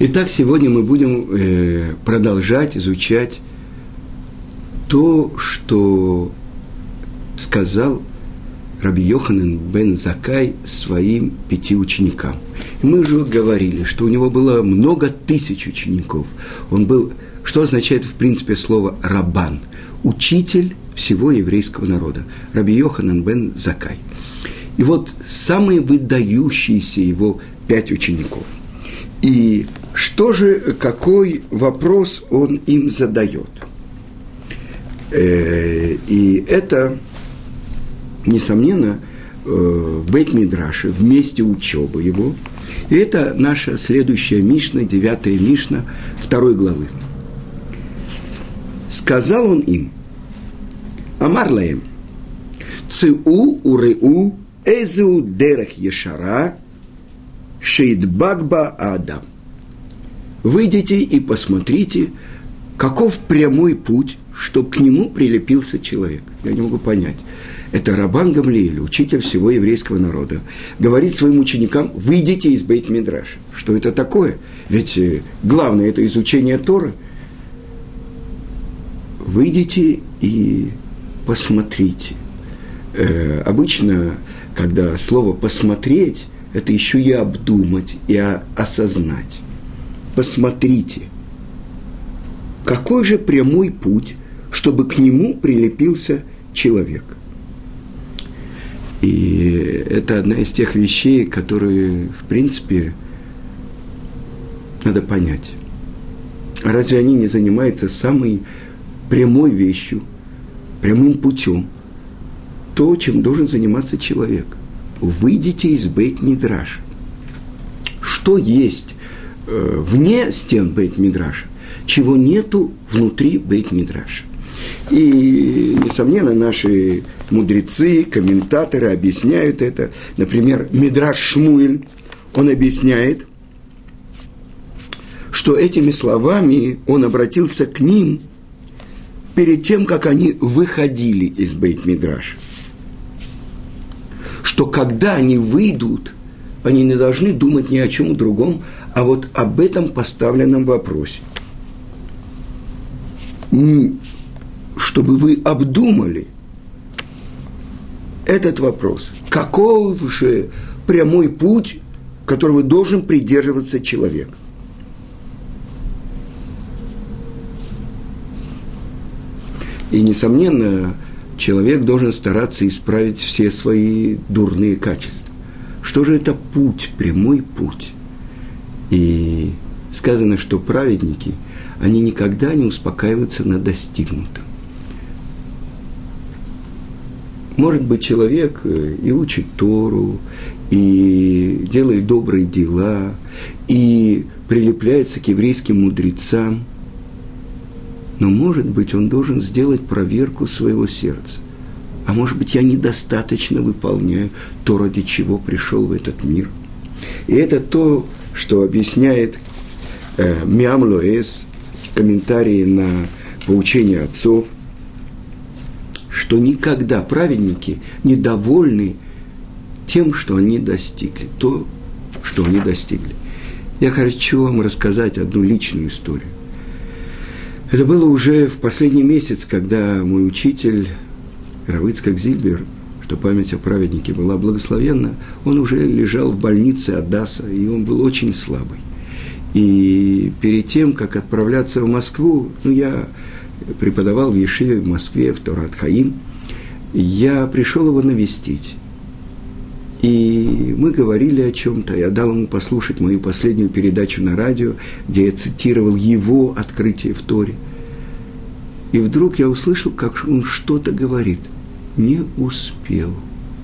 Итак, сегодня мы будем продолжать изучать то, что сказал Раби Йоханан бен Заккай своим 5 ученикам. И мы уже говорили, что у него было много тысяч учеников. Он был, что означает в принципе слово «раббан», учитель всего еврейского народа, Раби Йоханан бен Заккай. И вот самые выдающиеся его 5 учеников. И что же, какой вопрос он им задает? И это, несомненно, в Бейт-Мидраше, в месте учебы его. И это наша следующая Мишна, 9-я Мишна 2 главы. Сказал он им: Амар лаем, цеу уреу эзеу дерех ешара шеидбагба адам. Выйдите и посмотрите, каков прямой путь, чтобы к нему прилепился человек. Я не могу понять. Это Раббан Гамлиэль, учитель всего еврейского народа, говорит своим ученикам: выйдите из Бейт-Мидраша. Что это такое? Ведь главное – это изучение Торы. Выйдите и посмотрите. Обычно, когда слово «посмотреть», это еще и обдумать, и осознать. Посмотрите, какой же прямой путь, чтобы к нему прилепился человек. И это одна из тех вещей, которые, в принципе, надо понять. Разве они не занимаются самой прямой вещью, прямым путем, то, чем должен заниматься человек? Выйдите из Бейт-Мидраша. Что есть вне стен Бейт-Мидраша, чего нету внутри Бейт-Мидраша? И, несомненно, наши мудрецы, комментаторы объясняют это. Например, Мидраш Шмуэль, он объясняет, что этими словами он обратился к ним перед тем, как они выходили из Бейт-Мидраша. Что когда они выйдут, они не должны думать ни о чем другом, а вот об этом поставленном вопросе. Чтобы вы обдумали этот вопрос. Каков же прямой путь, которого должен придерживаться человек? И, несомненно, человек должен стараться исправить все свои дурные качества. Что же это путь, прямой путь? И сказано, что праведники, они никогда не успокаиваются на достигнутом. Может быть, человек и учит Тору, и делает добрые дела, и прилепляется к еврейским мудрецам, но, может быть, он должен сделать проверку своего сердца. А может быть, я недостаточно выполняю то, ради чего пришел в этот мир. И это то, что объясняет Миам Лоэс, комментарии на поучение отцов, что никогда праведники недовольны тем, что они достигли, то, что они достигли. Я хочу вам рассказать одну личную историю. Это было уже в последний месяц, когда мой учитель Рав Ицхак Зильбер, что память о праведнике была благословенна, он уже лежал в больнице Адаса, и он был очень слабый. И перед тем, как отправляться в Москву, я преподавал в Ешиве в Москве, в Торат Хаим, я пришел его навестить. И мы говорили о чем-то, я дал ему послушать мою последнюю передачу на радио, где я цитировал его открытие в Торе. И вдруг я услышал, как он что-то говорит. Не успел.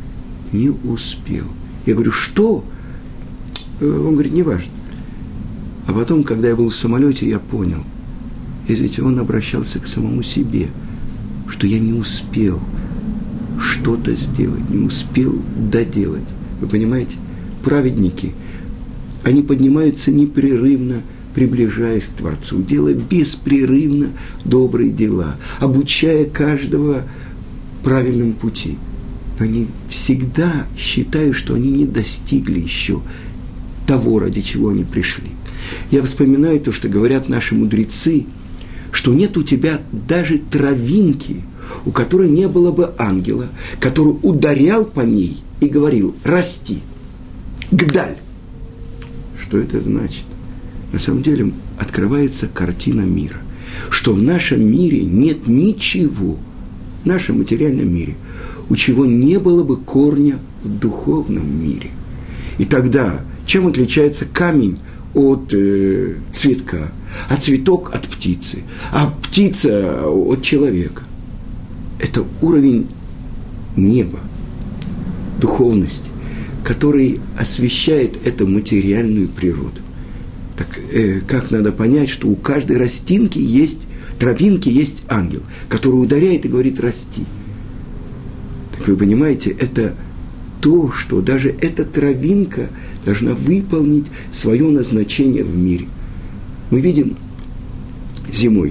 Я говорю: что? Он говорит: неважно. А потом, когда я был в самолете, я понял. И ведь он обращался к самому себе, что я не успел что-то сделать, не успел доделать. Вы понимаете? Праведники, они поднимаются непрерывно, приближаясь к Творцу, делая беспрерывно добрые дела, обучая каждого правильному пути. Они всегда считают, что они не достигли еще того, ради чего они пришли. Я вспоминаю то, что говорят наши мудрецы, что нет у тебя даже травинки, у которой не было бы ангела, который ударял по ней и говорил: расти, гдаль. Что это значит? На самом деле открывается картина мира, что в нашем мире нет ничего, в нашем материальном мире, у чего не было бы корня в духовном мире. И тогда чем отличается камень от цветка, а цветок от птицы, а птица от человека? Это уровень неба, духовности, который освещает эту материальную природу. Так как надо понять, что у каждой растинки есть, травинки есть ангел, который ударяет и говорит: расти. Так вы понимаете, это то, что даже эта травинка должна выполнить свое назначение в мире. Мы видим зимой.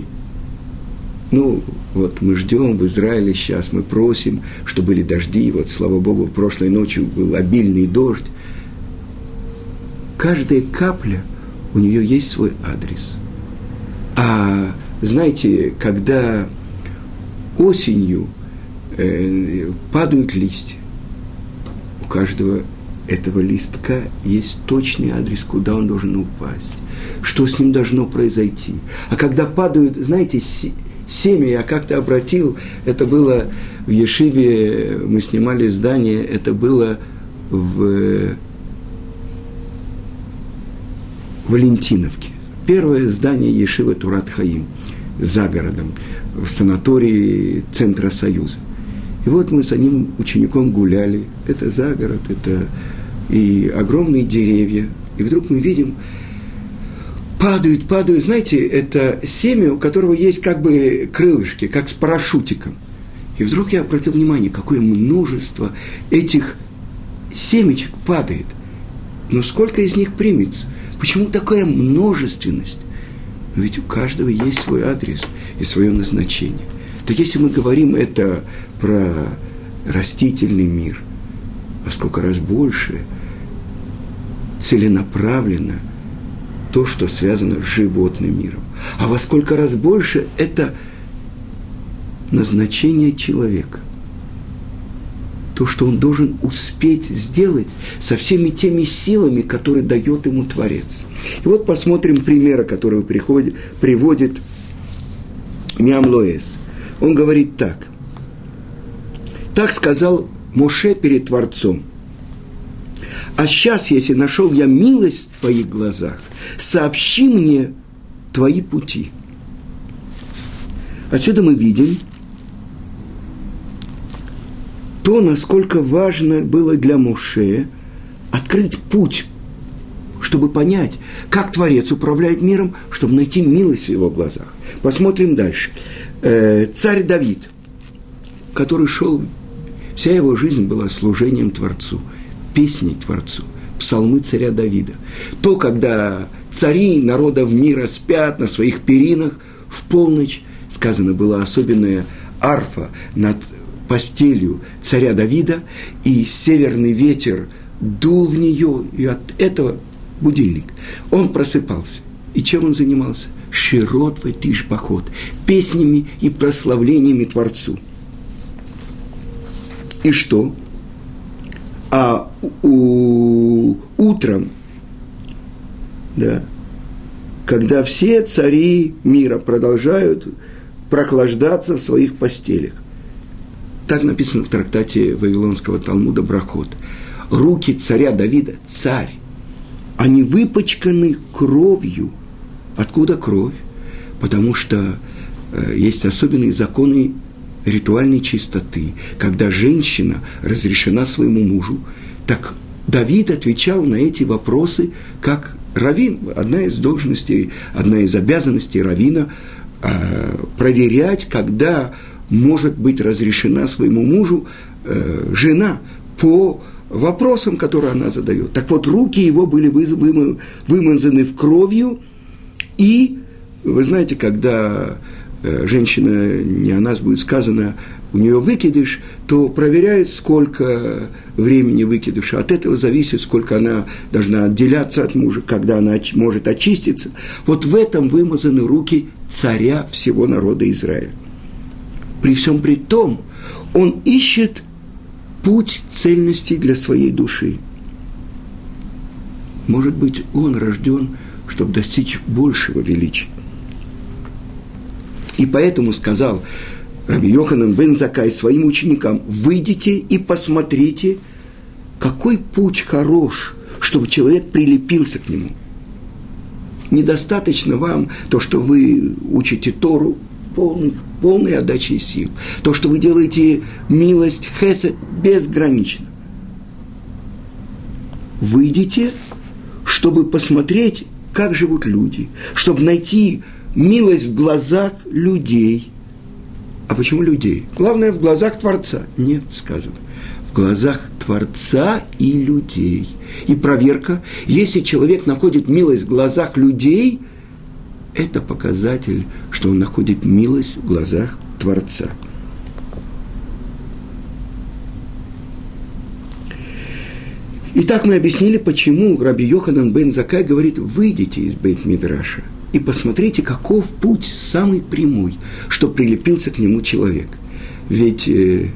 Вот мы ждем в Израиле сейчас, мы просим, чтобы были дожди. Вот, слава Богу, прошлой ночью был обильный дождь. Каждая капля, у нее есть свой адрес. А знаете, когда осенью падают листья, у каждого этого листка есть точный адрес, куда он должен упасть, что с ним должно произойти. А когда падают, знаете, семя, я как-то обратил, это было в Ешиве, мы снимали здание, это было в Валентиновке. Первое здание Ешивы Турат Хаим, за городом, в санатории Центра Союза. И вот мы с одним учеником гуляли, это за город, это и огромные деревья, и вдруг мы видим, падают, знаете, это семя, у которого есть как бы крылышки, как с парашютиком. И вдруг я обратил внимание, какое множество этих семечек падает. Но сколько из них примется? Почему такая множественность? Но ведь у каждого есть свой адрес и свое назначение. Так если мы говорим это про растительный мир, во сколько раз больше целенаправленно то, что связано с животным миром. А во сколько раз больше это назначение человека. То, что он должен успеть сделать со всеми теми силами, которые дает ему Творец. И вот посмотрим примеры, которые приводит Миам Лоэс. Он говорит так. Так сказал Моше перед Творцом: а сейчас, если нашел я милость в твоих глазах, сообщи мне твои пути. Отсюда мы видим то, насколько важно было для Моше открыть путь, чтобы понять, как Творец управляет миром, чтобы найти милость в его глазах. Посмотрим дальше. Царь Давид, который шел, вся его жизнь была служением Творцу, песней Творцу, псалмы царя Давида. То, когда цари народов мира спят на своих перинах, в полночь, сказано, была особенная арфа над постелью царя Давида, и северный ветер дул в нее, и от этого будильник. Он просыпался. И чем он занимался? Широт вэтиш-пахот, песнями и прославлениями Творцу. И что? А утром, да, когда все цари мира продолжают прохлаждаться в своих постелях. Так написано в трактате Вавилонского Талмуда Брахот. Руки царя Давида, царь, они выпачканы кровью. Откуда кровь? Потому что есть особенные законы ритуальной чистоты, когда женщина разрешена своему мужу. Так Давид отвечал на эти вопросы как раввин. Одна из должностей, одна из обязанностей раввина проверять, когда может быть разрешена своему мужу жена по вопросам, которые она задает. Так вот, руки его были вымазаны в кровью, и, вы знаете, когда женщина, не о нас будет сказано, у нее выкидыш, то проверяют, сколько времени выкидыша. От этого зависит, сколько она должна отделяться от мужа, когда она может очиститься. Вот в этом вымазаны руки царя всего народа Израиля. При всем при том, он ищет путь цельности для своей души. Может быть, он рожден, чтобы достичь большего величия. И поэтому сказал Раби Йоханан бен Заккай своим ученикам: выйдите и посмотрите, какой путь хорош, чтобы человек прилепился к нему. Недостаточно вам то, что вы учите Тору, полной отдачей сил. То, что вы делаете милость, хесед, безгранично. Выйдите, чтобы посмотреть, как живут люди, чтобы найти милость в глазах людей. А почему людей? Главное, в глазах Творца. Нет, сказано. В глазах Творца и людей. И проверка, если человек находит милость в глазах людей, это показатель, что он находит милость в глазах Творца. Итак, мы объяснили, почему Раби Йоханан бен Заккай говорит: выйдите из Бейт-Мидраша и посмотрите, каков путь самый прямой, чтобы прилепился к нему человек. Ведь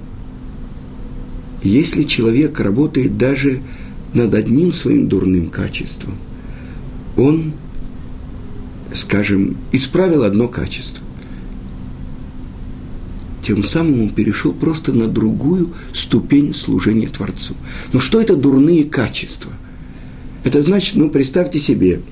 если человек работает даже над одним своим дурным качеством, он, скажем, исправил одно качество, тем самым он перешел просто на другую ступень служения Творцу. Но что это дурные качества? Это значит, представьте себе,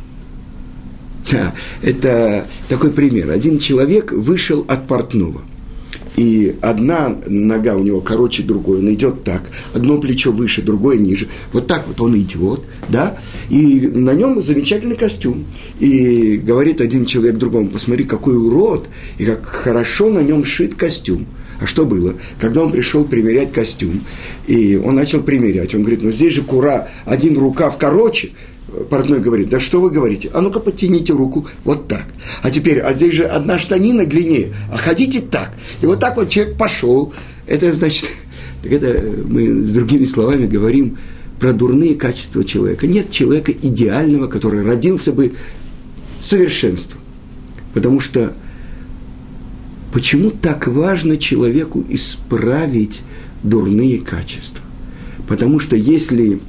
это такой пример. Один человек вышел от портного, и одна нога у него короче другой, он идет так, одно плечо выше, другое ниже, вот так вот он идет, да, и на нем замечательный костюм. И говорит один человек другому: посмотри, какой урод, и как хорошо на нем шит костюм. А что было? Когда он пришел примерять костюм, и он начал примерять, он говорит: здесь же один рукав короче. Портной говорит: да что вы говорите? А ну-ка подтяните руку вот так. А здесь же одна штанина длиннее, а ходите так. И вот так вот человек пошел. Это значит, это мы с другими словами говорим про дурные качества человека. Нет человека идеального, который родился бы совершенством. Потому что почему так важно человеку исправить дурные качества? Потому что если,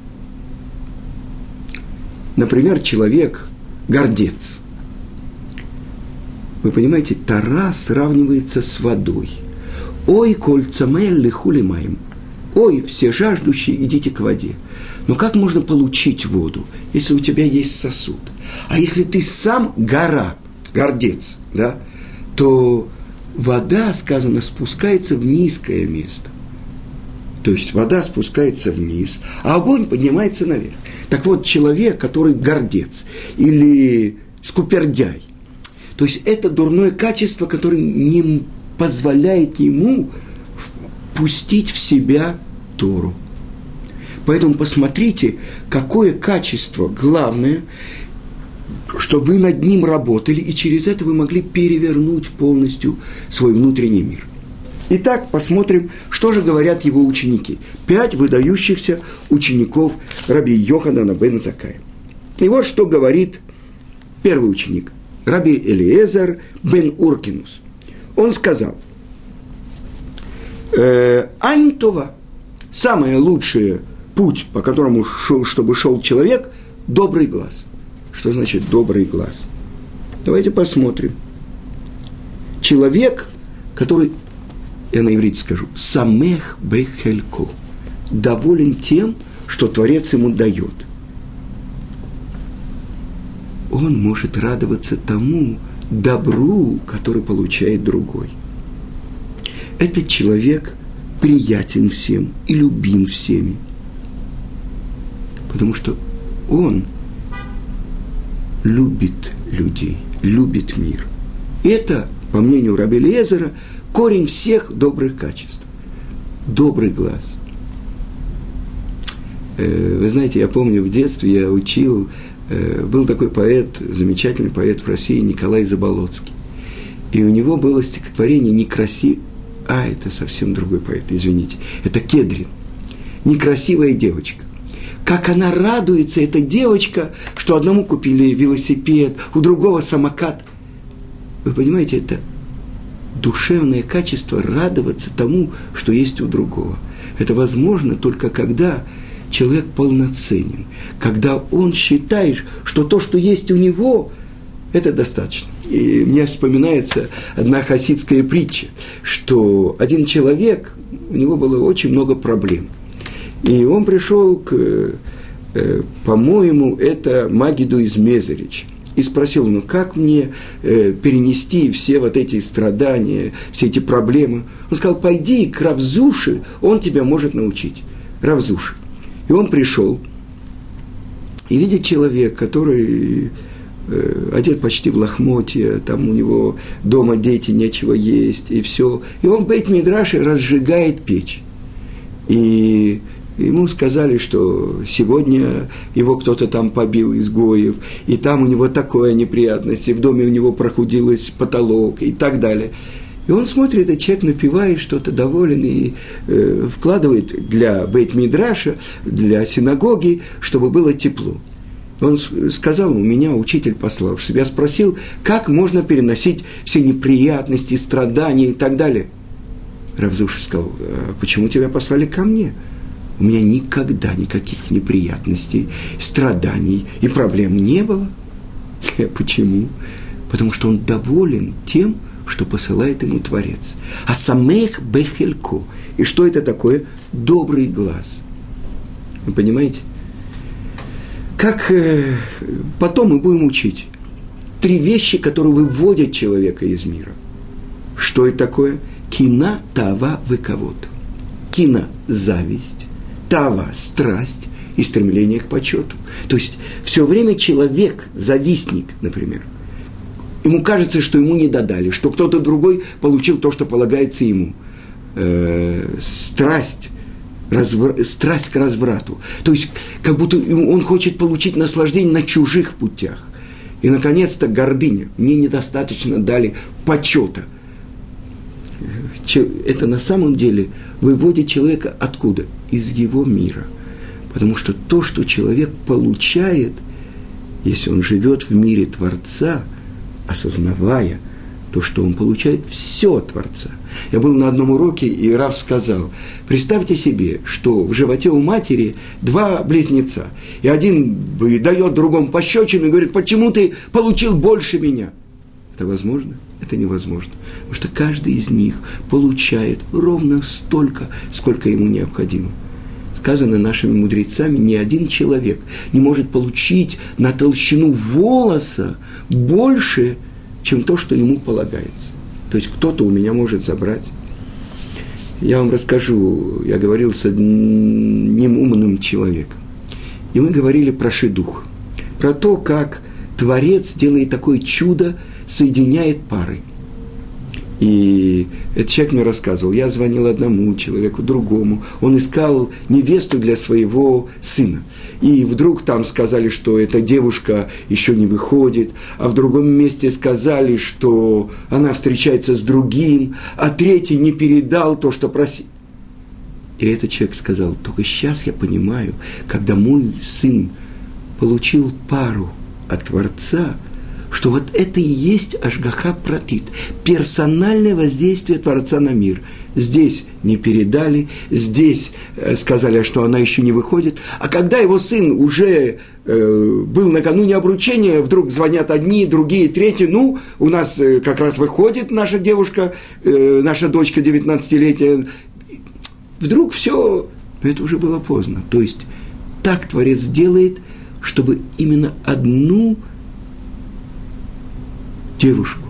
например, человек гордец, вы понимаете, Тора сравнивается с водой. Ой, коль цамэ лихули маим. Ой, все жаждущие, идите к воде. Но как можно получить воду, если у тебя есть сосуд? А если ты сам гора, гордец, да, то вода, сказано, спускается в низкое место. То есть вода спускается вниз, а огонь поднимается наверх. Так вот, человек, который гордец или скупердяй, то есть это дурное качество, которое не позволяет ему впустить в себя Тору. Поэтому посмотрите, какое качество главное, что вы над ним работали, и через это вы могли перевернуть полностью свой внутренний мир. Итак, посмотрим, что же говорят его ученики. 5 выдающихся учеников Раби Йоханана бен Заккая. И вот что говорит первый ученик, Раби Элиэзер бен Уркинус. Он сказал: «Айн това, самый лучший путь, по которому чтобы шел человек, добрый глаз». Что значит добрый глаз? Давайте посмотрим. Человек, который, я на иврите скажу, самех бехелько, доволен тем, что Творец ему дает. Он может радоваться тому добру, который получает другой. Этот человек приятен всем и любим всеми, потому что он любит людей, любит мир. Это, по мнению Раби Элиэзера, корень всех добрых качеств. Добрый глаз. Вы знаете, я помню, в детстве я учил, был такой поэт, замечательный поэт в России, Николай Заболоцкий. И у него было стихотворение это совсем другой поэт, извините. Это Кедрин. Некрасивая девочка. Как она радуется, эта девочка, что одному купили велосипед, у другого самокат. Вы понимаете, это душевное качество радоваться тому, что есть у другого. Это возможно только когда человек полноценен, когда он считает, что то, что есть у него, это достаточно. И мне вспоминается одна хасидская притча, что один человек, у него было очень много проблем. И он пришел к, по-моему, это Магиду из Мезерича. И спросил, ну как мне перенести все вот эти страдания, все эти проблемы? Он сказал, пойди к Рав Зуши, он тебя может научить. Рав Зуши. И он пришел и видит человека, который одет почти в лохмотья, там у него дома дети, нечего есть, и все. И он в Бейт-Мидраше разжигает печь. И ему сказали, что сегодня его кто-то там побил, изгоев, и там у него такое неприятность, и в доме у него прохудилась потолок, и так далее. И он смотрит, этот человек напевает что-то, доволен, и вкладывает для Бейт-Мидраша, для синагоги, чтобы было тепло. Он сказал, у меня учитель послал, чтобы я спросил, как можно переносить все неприятности, страдания и так далее. Рав Зуши сказал, почему тебя послали ко мне? У меня никогда никаких неприятностей, страданий и проблем не было. Почему? Потому что он доволен тем, что посылает ему Творец. А самех бехелько. И что это такое? Добрый глаз. Вы понимаете? Как потом мы будем учить 3 вещи, которые выводят человека из мира. Что это такое? Кина, тава, выковод. Кина – зависть. Тава – страсть и стремление к почету. То есть, все время человек, завистник, например, ему кажется, что ему не додали, что кто-то другой получил то, что полагается ему. Страсть к разврату. То есть, как будто он хочет получить наслаждение на чужих путях. И, наконец-то, гордыня. Мне недостаточно дали почета. Это на самом деле выводит человека откуда? Из его мира. Потому что то, что человек получает, если он живет в мире Творца, осознавая то, что он получает все от Творца. Я был на одном уроке, и Рав сказал, представьте себе, что в животе у матери 2 близнеца, и один дает другому пощечину и говорит, почему ты получил больше меня? Это возможно? Это невозможно. Потому что каждый из них получает ровно столько, сколько ему необходимо. Сказано нашими мудрецами, ни один человек не может получить на толщину волоса больше, чем то, что ему полагается. То есть кто-то у меня может забрать. Я вам расскажу, я говорил с одним умным человеком. И мы говорили про шидух, про то, как Творец делает такое чудо, соединяет пары. И этот человек мне рассказывал, я звонил одному человеку, другому, он искал невесту для своего сына. И вдруг там сказали, что эта девушка еще не выходит, а в другом месте сказали, что она встречается с другим, а третий не передал то, что просил. И этот человек сказал, только сейчас я понимаю, когда мой сын получил пару от Творца, что вот это и есть ашгаха пратит, персональное воздействие Творца на мир. Здесь не передали, здесь сказали, что она еще не выходит. А когда его сын уже был накануне обручения, вдруг звонят одни, другие, третьи. Ну, у нас как раз выходит наша девушка, наша дочка 19-летняя. Вдруг все, но это уже было поздно. То есть так Творец делает, чтобы именно одну девушку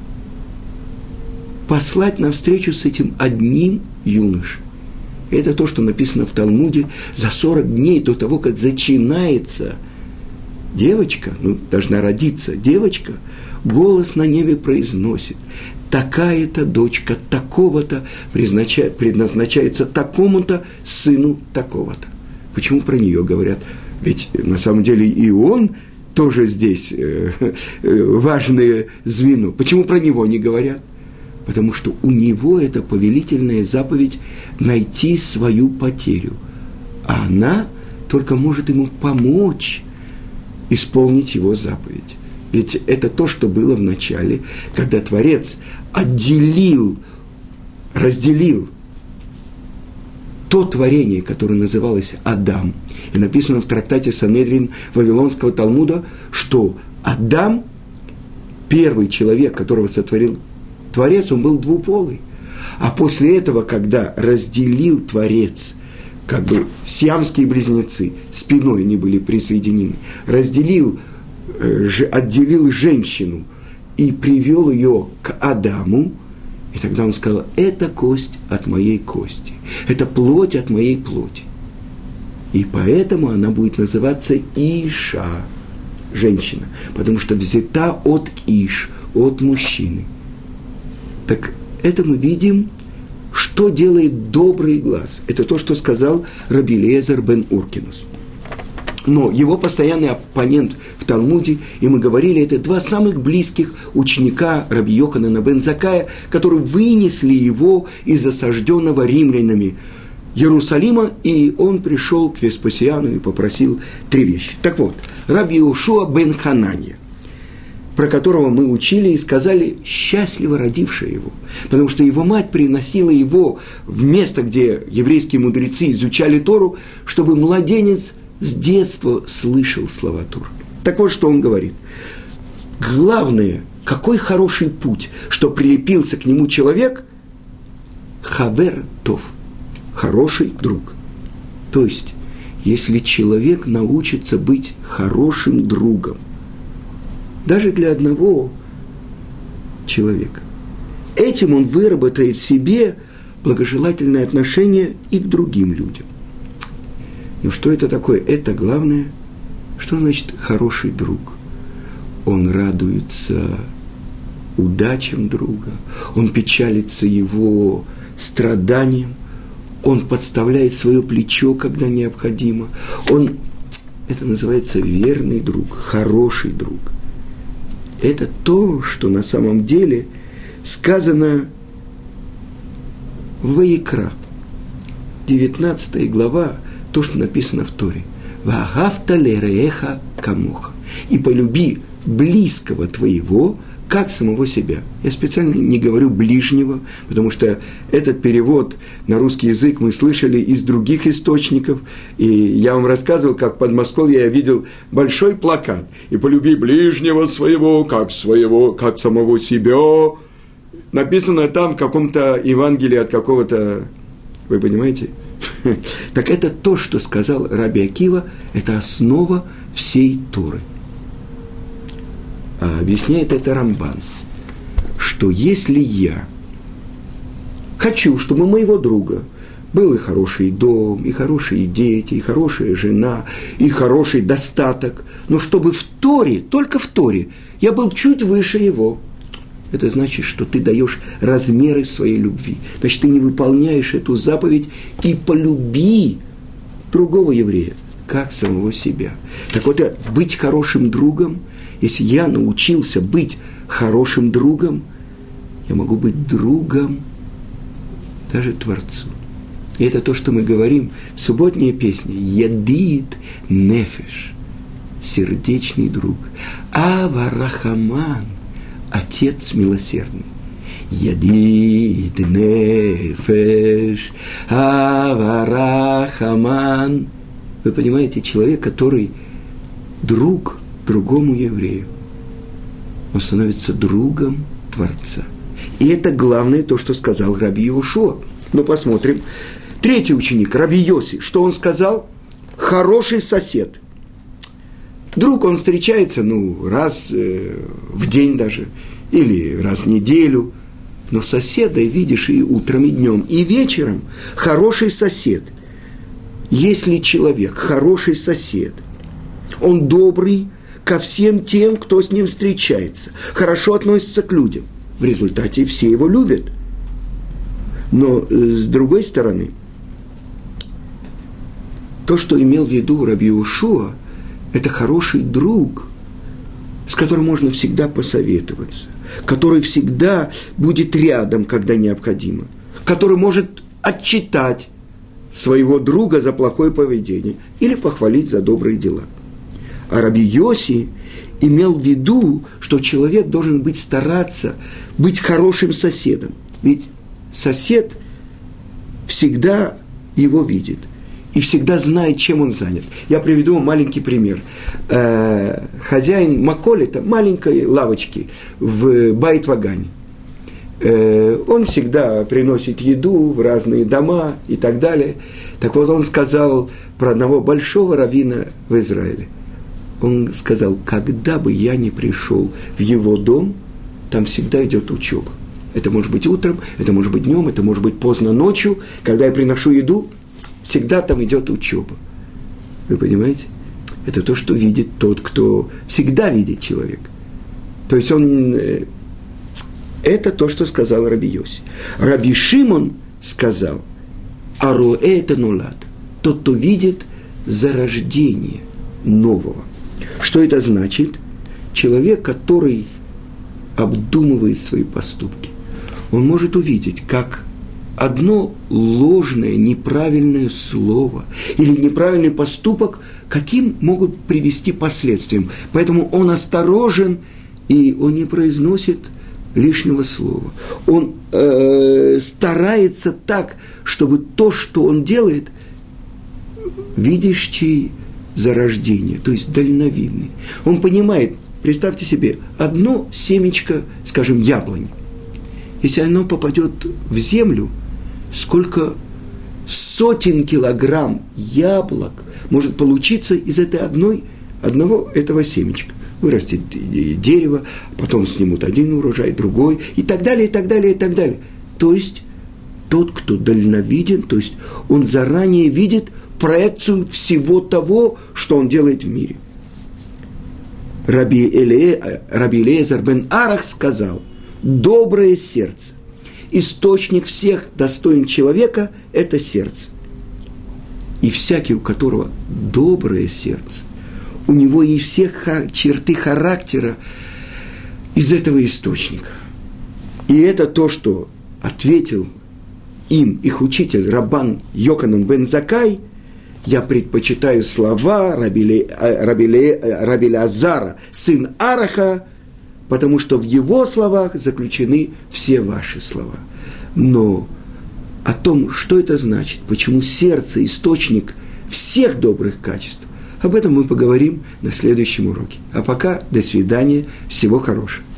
послать навстречу с этим одним юношей. Это то, что написано в Талмуде за 40 дней до того, как начинается девочка, должна родиться девочка, голос на небе произносит: такая-то дочка такого-то предназначается такому-то сыну такого-то. Почему про нее говорят? Ведь на самом деле и он тоже здесь важное звено. Почему про него не говорят? потому что у него это повелительная заповедь найти свою потерю, а она только может ему помочь исполнить его заповедь. Ведь это то, что было в начале, когда Творец разделил то творение, которое называлось Адам. И написано в трактате Санедрин Вавилонского Талмуда, что Адам, первый человек, которого сотворил Творец, он был двуполый. А после этого, когда разделил Творец, как бы сиамские близнецы, спиной они были присоединены, отделил женщину и привел ее к Адаму, и тогда он сказал: это кость от моей кости, это плоть от моей плоти. И поэтому она будет называться Иша, женщина, потому что взята от Иш, от мужчины. Так это мы видим, что делает добрый глаз. Это то, что сказал Раби Элиэзер бен Уркинус. Но его постоянный оппонент в Талмуде, и мы говорили, это два самых близких ученика Раби Йоханана бен Заккая, которые вынесли его из осажденного римлянами Иерусалима, и он пришел к Веспасиану и попросил 3 вещи. Так вот, Раби Йошуа бен Хананья, про которого мы учили и сказали, счастливо родившая его, потому что его мать приносила его в место, где еврейские мудрецы изучали Тору, чтобы младенец с детства слышал слова Торы. Так вот, что он говорит. Главное, какой хороший путь, что прилепился к нему человек, хавер тов, хороший друг. То есть, если человек научится быть хорошим другом, даже для одного человека, этим он выработает в себе благожелательное отношение и к другим людям. Ну что это такое? Это главное. Что значит хороший друг? Он радуется удачам друга, он печалится его страданиям, он подставляет свое плечо, когда необходимо. Это называется верный друг, хороший друг. Это то, что на самом деле сказано в Ваикра, 19 глава, то, что написано в Торе. «Ваагавта лереха камоха» и полюби близкого твоего, как самого себя. Я специально не говорю ближнего, потому что этот перевод на русский язык мы слышали из других источников, и я вам рассказывал, как в Подмосковье я видел большой плакат «И полюби ближнего своего, как самого себя». Написано там в каком-то Евангелии от какого-то, вы понимаете? Так это то, что сказал Раби Акива, это основа всей Торы. А объясняет это Рамбан, что если я хочу, чтобы у моего друга был и хороший дом, и хорошие дети, и хорошая жена, и хороший достаток, но чтобы в Торе, только в Торе, я был чуть выше его, это значит, что ты даешь размеры своей любви. Значит, ты не выполняешь эту заповедь и полюби другого еврея, как самого себя. Так вот, быть хорошим другом, если я научился быть хорошим другом, я могу быть другом даже Творцу. И это то, что мы говорим в субботней песне. Ядид нефеш, сердечный друг. Ава рахаман, Отец милосердный. Ядид нефеш, ава рахаман. Вы понимаете, человек, который друг другому еврею, он становится другом Творца. И это главное то, что сказал Раби Йошуа. Ну, посмотрим. 3-й ученик, Раби Йоси, что он сказал? Хороший сосед. Друг, он встречается, раз в день даже, или раз в неделю. Но соседа видишь и утром, и днем, и вечером. Хороший сосед. Если человек хороший сосед, он добрый ко всем тем, кто с ним встречается, хорошо относится к людям. В результате все его любят. Но с другой стороны, то, что имел в виду Раби Йошуа, это хороший друг, с которым можно всегда посоветоваться, который всегда будет рядом, когда необходимо, который может отчитать своего друга за плохое поведение или похвалить за добрые дела. А Раби Йоси имел в виду, что человек должен стараться быть хорошим соседом. Ведь сосед всегда его видит и всегда знает, чем он занят. Я приведу вам маленький пример. Хозяин Маколета, маленькой лавочки в Байт-Вагане, он всегда приносит еду в разные дома и так далее. Так вот, он сказал про одного большого раввина в Израиле. Он сказал, когда бы я ни пришел в его дом, там всегда идет учеба. Это может быть утром, это может быть днем, это может быть поздно ночью. Когда я приношу еду, всегда там идет учеба. Вы понимаете? Это то, что видит тот, кто всегда видит человек. То есть он... Это то, что сказал Раби Йоси. Раби Шимон сказал, ароэ это нулад, тот, кто видит зарождение нового. Что это значит? Человек, который обдумывает свои поступки, он может увидеть, как одно ложное, неправильное слово или неправильный поступок, каким могут привести последствиям. Поэтому он осторожен, и он не произносит лишнего слова. Он старается так, чтобы то, что он делает, видящий зарождение, то есть дальновидный. Он понимает, представьте себе, одно семечко, скажем, яблони. Если оно попадет в землю, сколько сотен килограмм яблок может получиться из одного этого семечка. Вырастет дерево, потом снимут один урожай, другой, и так далее, и так далее, и так далее. То есть тот, кто дальновиден, то есть он заранее видит проекцию всего того, что он делает в мире. Раби Элиэзер бен Арах сказал, доброе сердце, источник всех достоин человека – это сердце. И всякий, у которого доброе сердце, у него и все черты характера из этого источника. И это то, что ответил им их учитель Раббан Йоханан бен Заккай. Я предпочитаю слова Раби Элиазара, сын Араха, потому что в его словах заключены все ваши слова. Но о том, что это значит, почему сердце – источник всех добрых качеств, об этом мы поговорим на следующем уроке. А пока до свидания, всего хорошего.